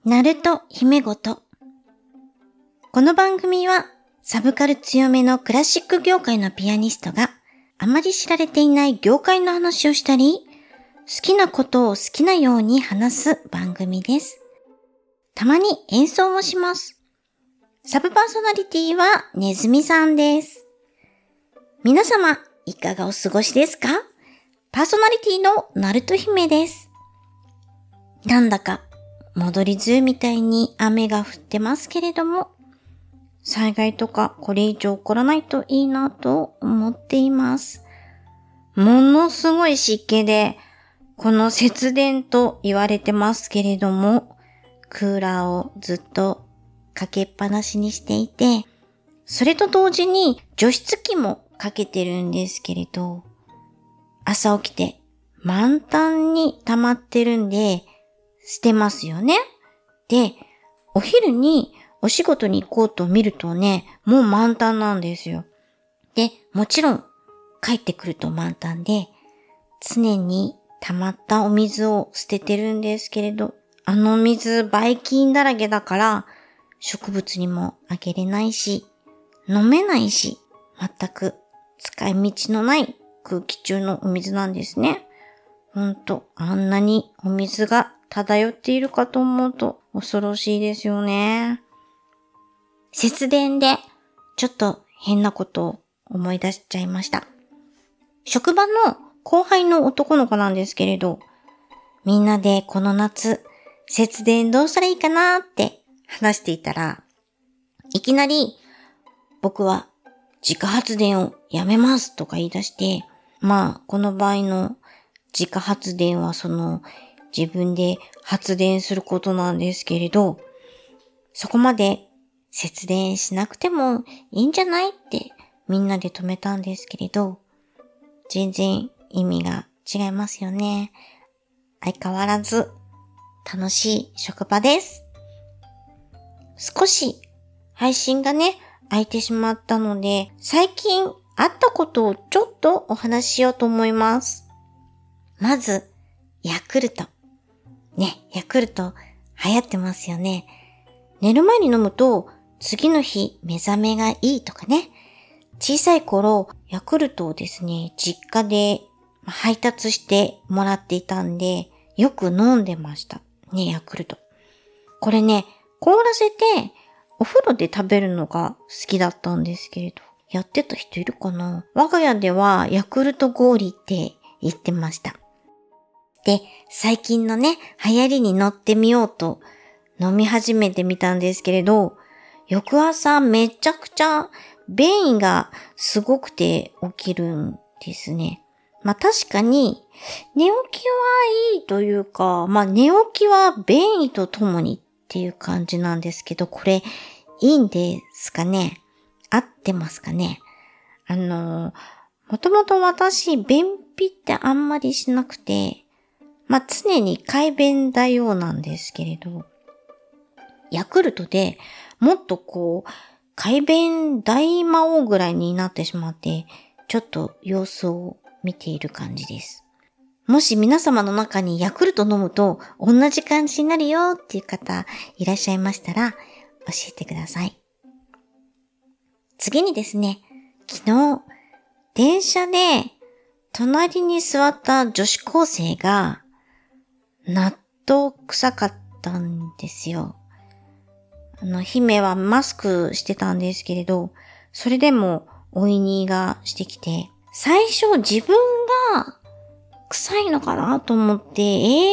ナルト姫ごと。この番組はサブカル強めのクラシック業界のピアニストがあまり知られていない業界の話をしたり、好きなことを好きなように話す番組です。たまに演奏もします。サブパーソナリティはねずみさんです。皆様いかがお過ごしですか？パーソナリティのナルト姫です。なんだか戻り梅雨みたいに雨が降ってますけれども、災害とかこれ以上起こらないといいなと思っています。ものすごい湿気で、この節電と言われてますけれども、クーラーをずっとかけっぱなしにしていて、それと同時に除湿機もかけてるんですけれど、朝起きて満タンに溜まってるんで、捨てますよね。で、お昼にお仕事に行こうと見るとね、もう満タンなんですよ。で、もちろん帰ってくると満タンで、常に溜まったお水を捨ててるんですけれど、あの水ばい菌だらけだから植物にもあげれないし、飲めないし、全く使い道のない空気中のお水なんですね。ほんと、あんなにお水が漂っているかと思うと恐ろしいですよね。節電でちょっと変なことを思い出しちゃいました。職場の後輩の男の子なんですけれど、みんなでこの夏節電どうしたらいいかなって話していたら、いきなり僕は自家発電をやめますとか言い出して、この場合の自家発電は自分で発電することなんですけれど、そこまで節電しなくてもいいんじゃないってみんなで止めたんですけれど、全然意味が違いますよね。相変わらず楽しい職場です。少し配信がね、空いてしまったので、最近あったことをちょっとお話ししようと思います。まず、ヤクルト。ね、ヤクルト流行ってますよね。寝る前に飲むと次の日目覚めがいいとかね。小さい頃、ヤクルトをですね、実家で配達してもらっていたんで、よく飲んでました。ね、ヤクルト。これね、凍らせてお風呂で食べるのが好きだったんですけれど、やってた人いるかな？我が家ではヤクルト氷って言ってました。で、最近のね、流行りに乗ってみようと飲み始めてみたんですけれど、翌朝めちゃくちゃ便意がすごくて起きるんですね。確かに寝起きはいいというか、寝起きは便意とともにっていう感じなんですけど、これいいんですかね？合ってますかね？もともと私便秘ってあんまりしなくて、常に快便大王なんですけれど、ヤクルトでもっと快便大魔王ぐらいになってしまって、ちょっと様子を見ている感じです。もし皆様の中にヤクルト飲むと同じ感じになるよっていう方いらっしゃいましたら教えてください。次にですね、昨日電車で隣に座った女子高生が納豆臭かったんですよ。姫はマスクしてたんですけれど、それでもおいにがしてきて、最初自分が臭いのかなと思って、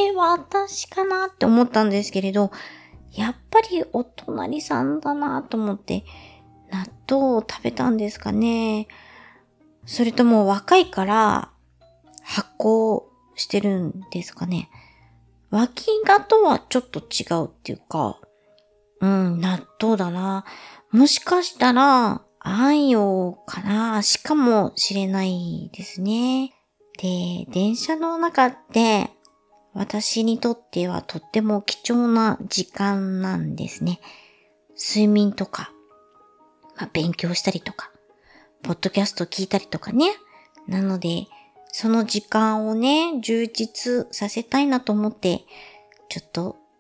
私かなって思ったんですけれど、やっぱりお隣さんだなと思って、納豆を食べたんですかね。それとも若いから発酵してるんですかね。脇がとはちょっと違うっていうか、納豆だな。もしかしたら、安養かな、しかもしれないですね。で、電車の中って、私にとってはとっても貴重な時間なんですね。睡眠とか、勉強したりとか、ポッドキャスト聞いたりとかね。なので、その時間をね、充実させたいなと思って、ちょっと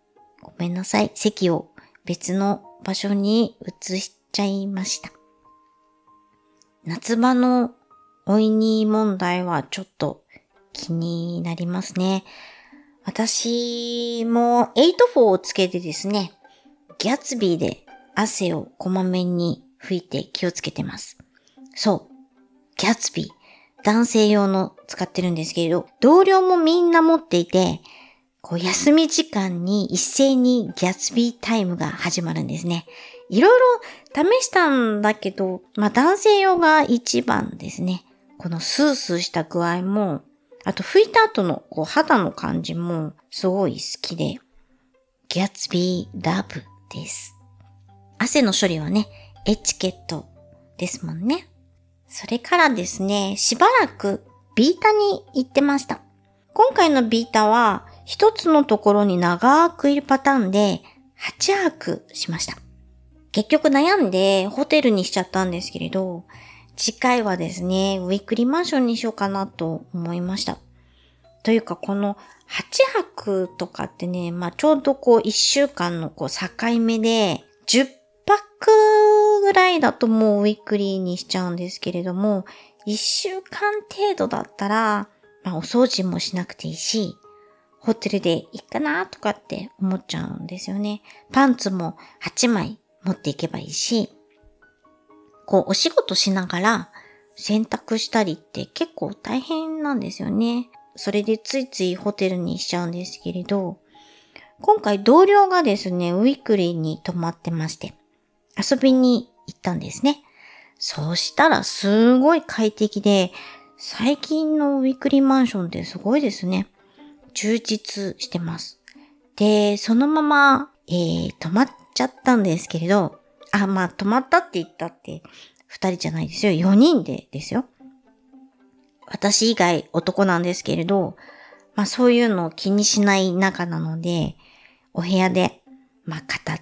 ごめんなさい。席を別の場所に移しちゃいました。夏場のおいに問題はちょっと気になりますね。私も8-4をつけてですね、ギャツビーで汗をこまめに拭いて気をつけてます。そう。ギャツビー。男性用の使ってるんですけれど、同僚もみんな持っていて、休み時間に一斉にギャツビータイムが始まるんですね。いろいろ試したんだけど、男性用が一番ですね。このスースーした具合も、あと拭いた後の肌の感じもすごい好きで、ギャツビーラブです。汗の処理はね、エチケットですもんね。それからですね、しばらくビータに行ってました。今回のビータは一つのところに長くいるパターンで8泊しました。結局悩んでホテルにしちゃったんですけれど、次回はですね、ウィークリーマンションにしようかなと思いました。というかこの8泊とかってね、ちょうど1週間の境目で10泊ぐらいだともうウィークリーにしちゃうんですけれども、1週間程度だったら、お掃除もしなくていいし、ホテルでいいかなとかって思っちゃうんですよね。パンツも8枚持っていけばいいし、お仕事しながら洗濯したりって結構大変なんですよね。それでついついホテルにしちゃうんですけれど、今回同僚がですね、ウィークリーに泊まってまして、遊びに行ったんですね。そうしたらすごい快適で、最近のウィークリーマンションってすごいですね。充実してます。で、そのまま、泊まっちゃったんですけれど、泊まったって言ったって2人じゃないですよ。4人でですよ。私以外男なんですけれど、そういうのを気にしない仲なので、お部屋で、語って、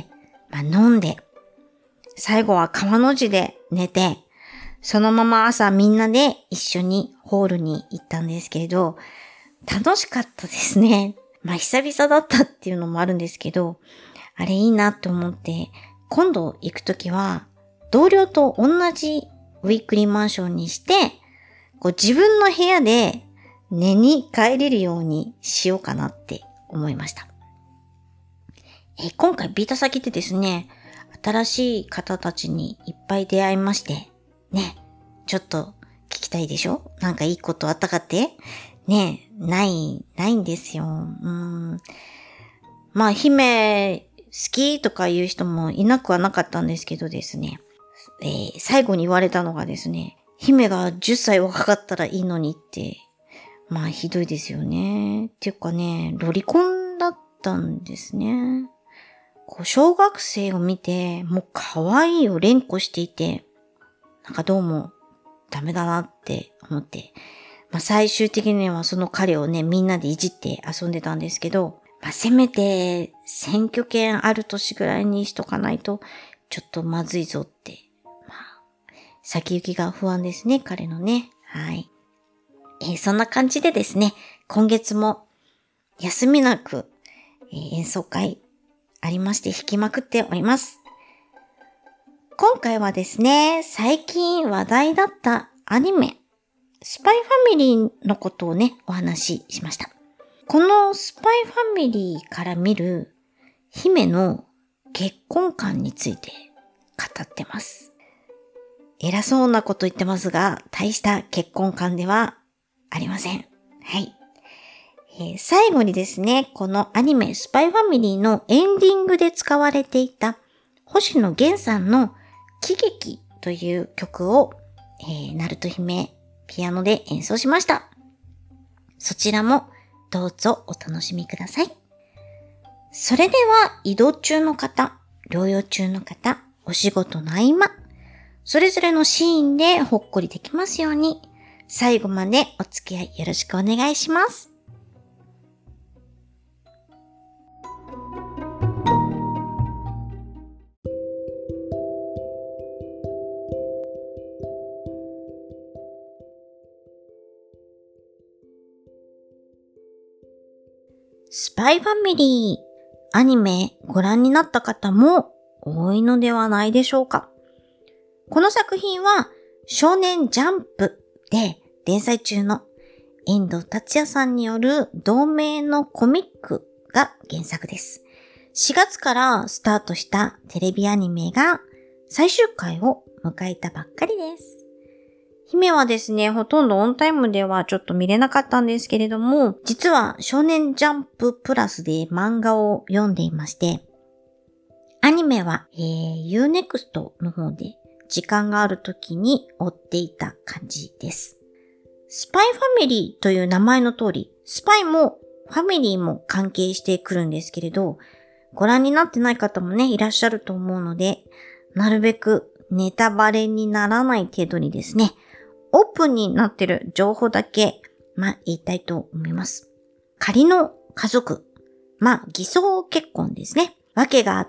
飲んで、最後は川の字で寝て、そのまま朝みんなで一緒にホールに行ったんですけれど、楽しかったですね。久々だったっていうのもあるんですけど、あれいいなって思って、今度行くときは、同僚と同じウィークリーマンションにして、自分の部屋で寝に帰れるようにしようかなって思いました。今回ビータ先でですね、新しい方たちにいっぱい出会いまして、ね、ちょっと聞きたいでしょ？なんかいいことあったかって？ね、ないんですよ。姫好きとか言う人もいなくはなかったんですけどですね、最後に言われたのがですね、姫が10歳若かったらいいのにって、ひどいですよね。っていうかね、ロリコンだったんですね。小学生を見て、もう可愛いを連呼していて、どうもダメだなって思って、最終的にはその彼をね、みんなでいじって遊んでたんですけど、せめて選挙権ある年ぐらいにしとかないと、ちょっとまずいぞって。先行きが不安ですね、彼のね。はい。そんな感じでですね、今月も休みなく、演奏会ありまして弾きまくっております。今回はですね、最近話題だったアニメ、スパイファミリーのことをね、お話ししました。このスパイファミリーから見る姫の結婚観について語ってます。偉そうなこと言ってますが、大した結婚観ではありません。はい。最後にですね、このアニメスパイファミリーのエンディングで使われていた星野源さんの喜劇という曲を、ナルト姫ピアノで演奏しました。そちらもどうぞお楽しみください。それでは移動中の方、療養中の方、お仕事の合間、それぞれのシーンでほっこりできますように、最後までお付き合いよろしくお願いします。スパイファミリー。 アニメご覧になった方も多いのではないでしょうか。この作品は少年ジャンプで連載中の遠藤達也さんによる同名のコミックが原作です。4月からスタートしたテレビアニメが最終回を迎えたばっかりです。姫はですね、ほとんどオンタイムではちょっと見れなかったんですけれども、実は少年ジャンププラスで漫画を読んでいまして、アニメは、Unext の方で時間がある時に追っていた感じです。スパイファミリーという名前の通り、スパイもファミリーも関係してくるんですけれど、ご覧になってない方もね、いらっしゃると思うので、なるべくネタバレにならない程度にですね、オープンになってる情報だけ、言いたいと思います。仮の家族、偽装結婚ですね。わけがあって、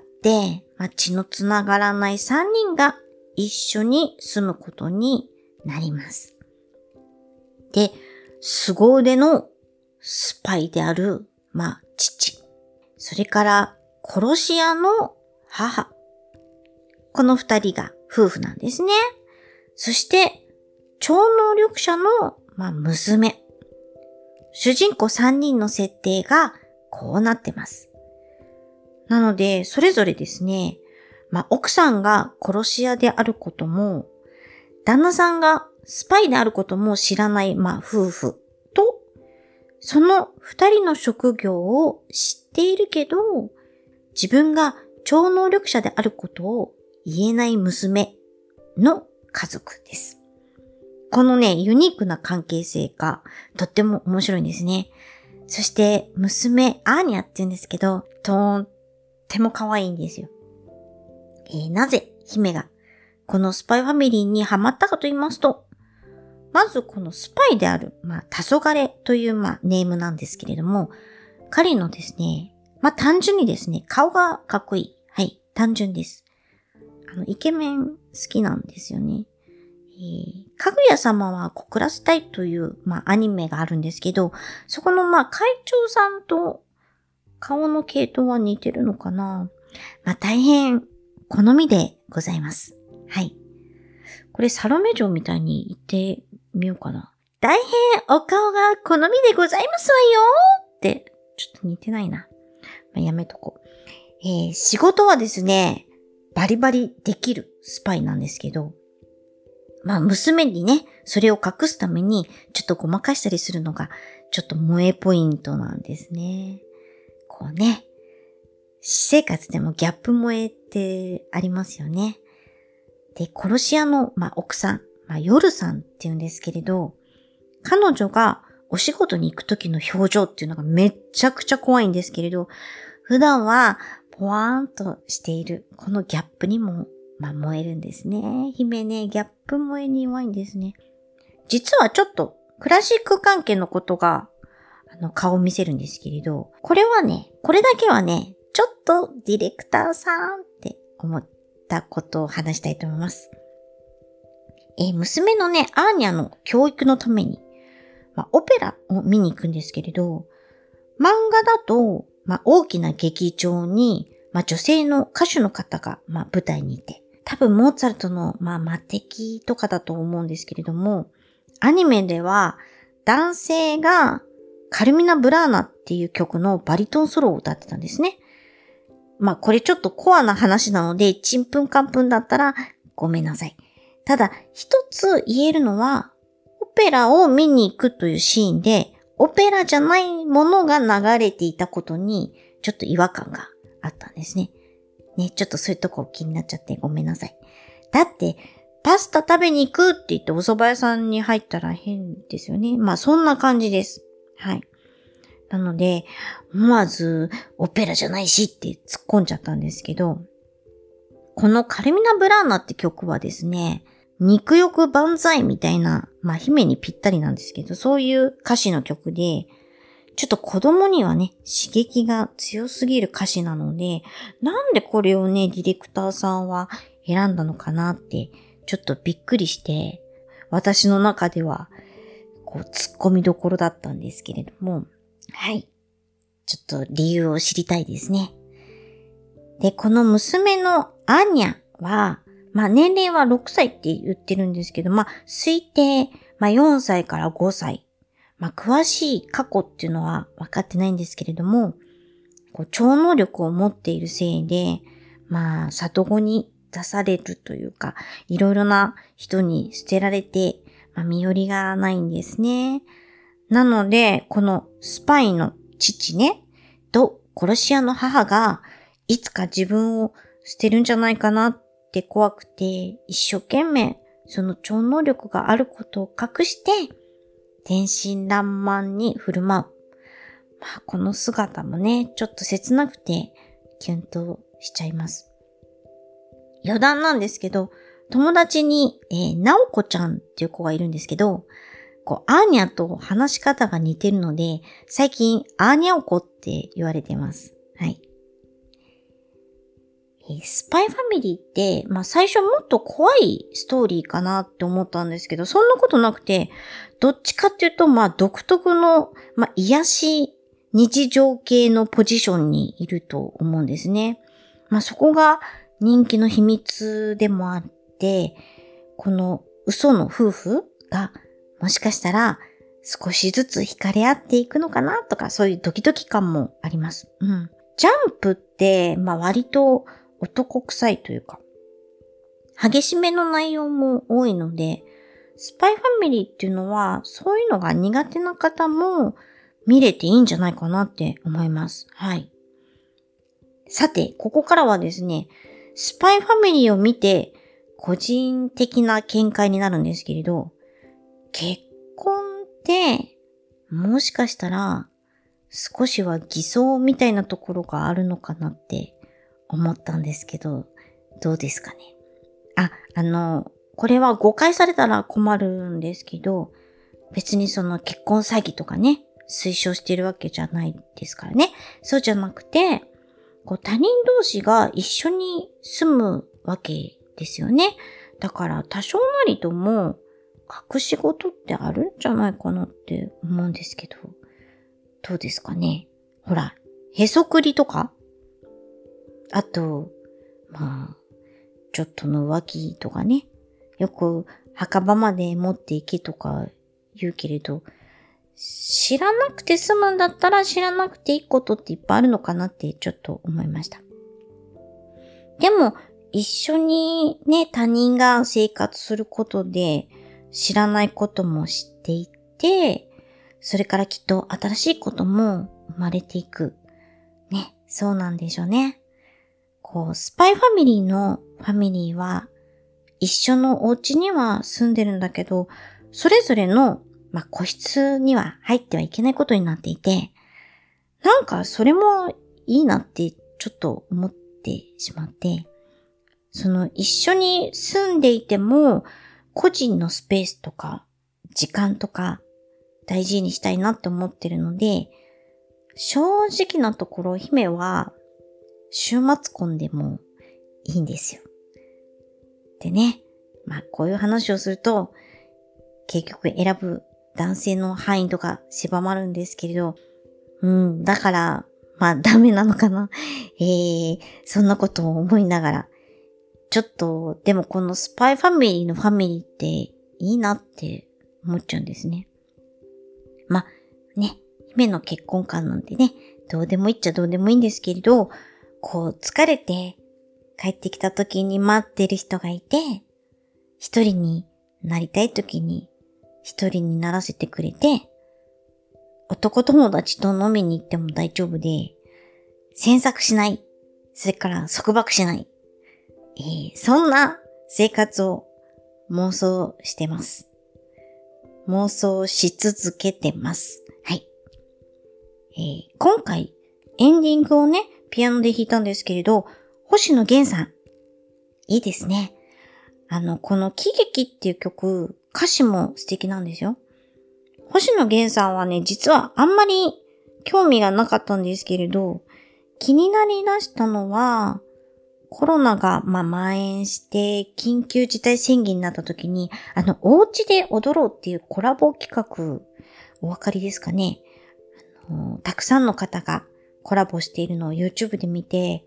血のつながらない3人が一緒に住むことになります。で、凄腕のスパイである、父。それから、殺し屋の母。この2人が夫婦なんですね。そして、超能力者の、娘。主人公3人の設定がこうなってます。なので、それぞれですね、奥さんが殺し屋であることも、旦那さんがスパイであることも知らない、夫婦と、その2人の職業を知っているけど、自分が超能力者であることを言えない娘の家族です。このね、ユニークな関係性がとっても面白いんですね。そして娘、アーニャって言うんですけど、とっても可愛いんですよ。なぜ姫がこのスパイファミリーにハマったかと言いますと、まずこのスパイである、黄昏というネームなんですけれども、彼のですね、単純にですね、顔がかっこいい。はい、単純です。イケメン好きなんですよね。かぐや様は告らせたいという、アニメがあるんですけど、そこの会長さんと顔の系統は似てるのかな。大変好みでございます。はい。これサロメ嬢みたいに言ってみようかな。大変お顔が好みでございますわよって、ちょっと似てないな。やめとこう。仕事はですね、バリバリできるスパイなんですけど、娘にね、それを隠すために、ちょっとごまかしたりするのが、ちょっと萌えポイントなんですね。こうね、私生活でもギャップ萌えってありますよね。で、殺し屋の、奥さん、夜さんって言うんですけれど、彼女がお仕事に行く時の表情っていうのがめっちゃくちゃ怖いんですけれど、普段はポワーンとしている、このギャップにも、燃えるんですね。姫ね、ギャップ萌えに弱いんですね。実はちょっとクラシック関係のことが、顔を見せるんですけれど、これだけはね、ちょっとディレクターさんって思ったことを話したいと思います。娘のね、アーニャの教育のために、オペラを見に行くんですけれど、漫画だと、大きな劇場に、女性の歌手の方が、舞台にいて、多分モーツァルトの、魔笛とかだと思うんですけれども、アニメでは男性がカルミナ・ブラーナっていう曲のバリトンソロを歌ってたんですね。これちょっとコアな話なので、ちんぷんかんぷんだったらごめんなさい。ただ、一つ言えるのは、オペラを見に行くというシーンで、オペラじゃないものが流れていたことに、ちょっと違和感があったんですね。ちょっとそういうとこ気になっちゃってごめんなさい。だって、パスタ食べに行くって言ってお蕎麦屋さんに入ったら変ですよね。そんな感じです。はい。なので、思わずオペラじゃないしって突っ込んじゃったんですけど、このカルミナ・ブラーナって曲はですね、肉欲万歳みたいな、姫にぴったりなんですけど、そういう歌詞の曲で、ちょっと子供にはね、刺激が強すぎる歌詞なので、なんでこれをね、ディレクターさんは選んだのかなって、ちょっとびっくりして、私の中では、突っ込みどころだったんですけれども、はい。ちょっと理由を知りたいですね。 で、この娘のアーニャは、年齢は6歳って言ってるんですけど、推定、4歳から5歳。詳しい過去っていうのは分かってないんですけれども、超能力を持っているせいで、里子に出されるというか、いろいろな人に捨てられて、身寄りがないんですね。なので、このスパイの父ね、と殺し屋の母が、いつか自分を捨てるんじゃないかなって怖くて、一生懸命その超能力があることを隠して、天真爛漫に振る舞う。この姿もね、ちょっと切なくて、キュンとしちゃいます。余談なんですけど、友達に、なおこちゃんっていう子がいるんですけど、アーニャと話し方が似てるので、最近、アーニャおこって言われてます。はい。スパイファミリーって、最初もっと怖いストーリーかなって思ったんですけど、そんなことなくて、どっちかっていうと、独特の、癒し日常系のポジションにいると思うんですね。そこが人気の秘密でもあって、この嘘の夫婦が、もしかしたら少しずつ惹かれ合っていくのかなとか、そういうドキドキ感もあります。ジャンプって、割と男臭いというか、激しめの内容も多いので、スパイファミリーっていうのは、そういうのが苦手な方も見れていいんじゃないかなって思います。はい。さて、ここからはですね、スパイファミリーを見て、個人的な見解になるんですけれど、結婚って、もしかしたら、少しは偽装みたいなところがあるのかなって思ったんですけど、どうですかね。これは誤解されたら困るんですけど、別にその結婚詐欺とかね、推奨しているわけじゃないですからね。そうじゃなくて、他人同士が一緒に住むわけですよね。だから多少なりとも隠し事ってあるんじゃないかなって思うんですけど、どうですかね。ほら、へそくりとか、あと、ちょっとの浮気とかね。よく墓場まで持っていけとか言うけれど、知らなくて済むんだったら知らなくていいことっていっぱいあるのかなってちょっと思いました。でも、一緒にね、他人が生活することで知らないことも知っていって、それからきっと新しいことも生まれていく。ね、そうなんでしょうね。スパイファミリーのファミリーは一緒のお家には住んでるんだけど、それぞれの個室には入ってはいけないことになっていて、なんかそれもいいなってちょっと思ってしまって、その一緒に住んでいても個人のスペースとか時間とか大事にしたいなって思ってるので、正直なところ姫は週末婚でもいいんですよ。でね、こういう話をすると結局選ぶ男性の範囲とか狭まるんですけれど、だから、ダメなのかな。そんなことを思いながら、ちょっと、でもこのスパイファミリーのファミリーっていいなって思っちゃうんですね。ね、姫の結婚観なんてね、どうでもいいっちゃどうでもいいんですけれど、疲れて帰ってきた時に待ってる人がいて、一人になりたい時に一人にならせてくれて、男友達と飲みに行っても大丈夫で、詮索しない。それから束縛しない。そんな生活を妄想してます。妄想し続けてます。はい。今回エンディングをね、ピアノで弾いたんですけれど、星野源さん。いいですね。この喜劇っていう曲、歌詞も素敵なんですよ。星野源さんはね、実はあんまり興味がなかったんですけれど、気になりだしたのは、コロナが蔓延して緊急事態宣言になった時に、お家で踊ろうっていうコラボ企画、お分かりですかね。たくさんの方がコラボしているのを YouTube で見て、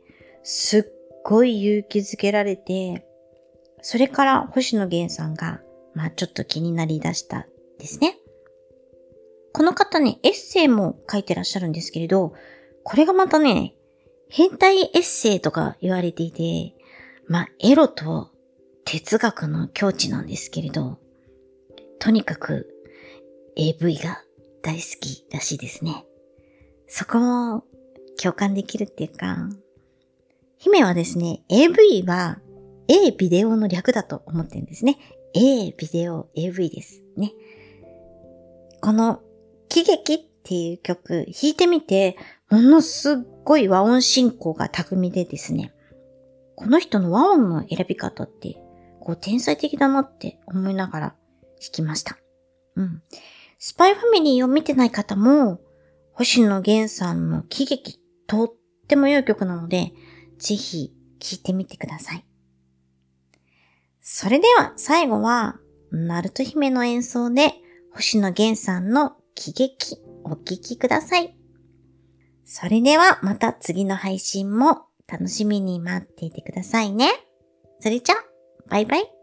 すっごい勇気づけられて、それから星野源さんが、ちょっと気になりだしたですね。この方ね、エッセイも書いてらっしゃるんですけれど、これがまたね、変態エッセイとか言われていて、エロと哲学の境地なんですけれど、とにかく AV が大好きらしいですね。そこも共感できるっていうか、姫はですね、AV は A ビデオの略だと思ってるんですね。A ビデオ AV ですね。この喜劇っていう曲弾いてみて、ものすっごい和音進行が巧みでですね、この人の和音の選び方って天才的だなって思いながら弾きました。スパイファミリーを見てない方も、星野源さんの喜劇とっても良い曲なので、ぜひ聴いてみてください。それでは最後は、ナルト姫の演奏で星野源さんの喜劇お聴きください。それではまた次の配信も楽しみに待っていてくださいね。それじゃ、バイバイ。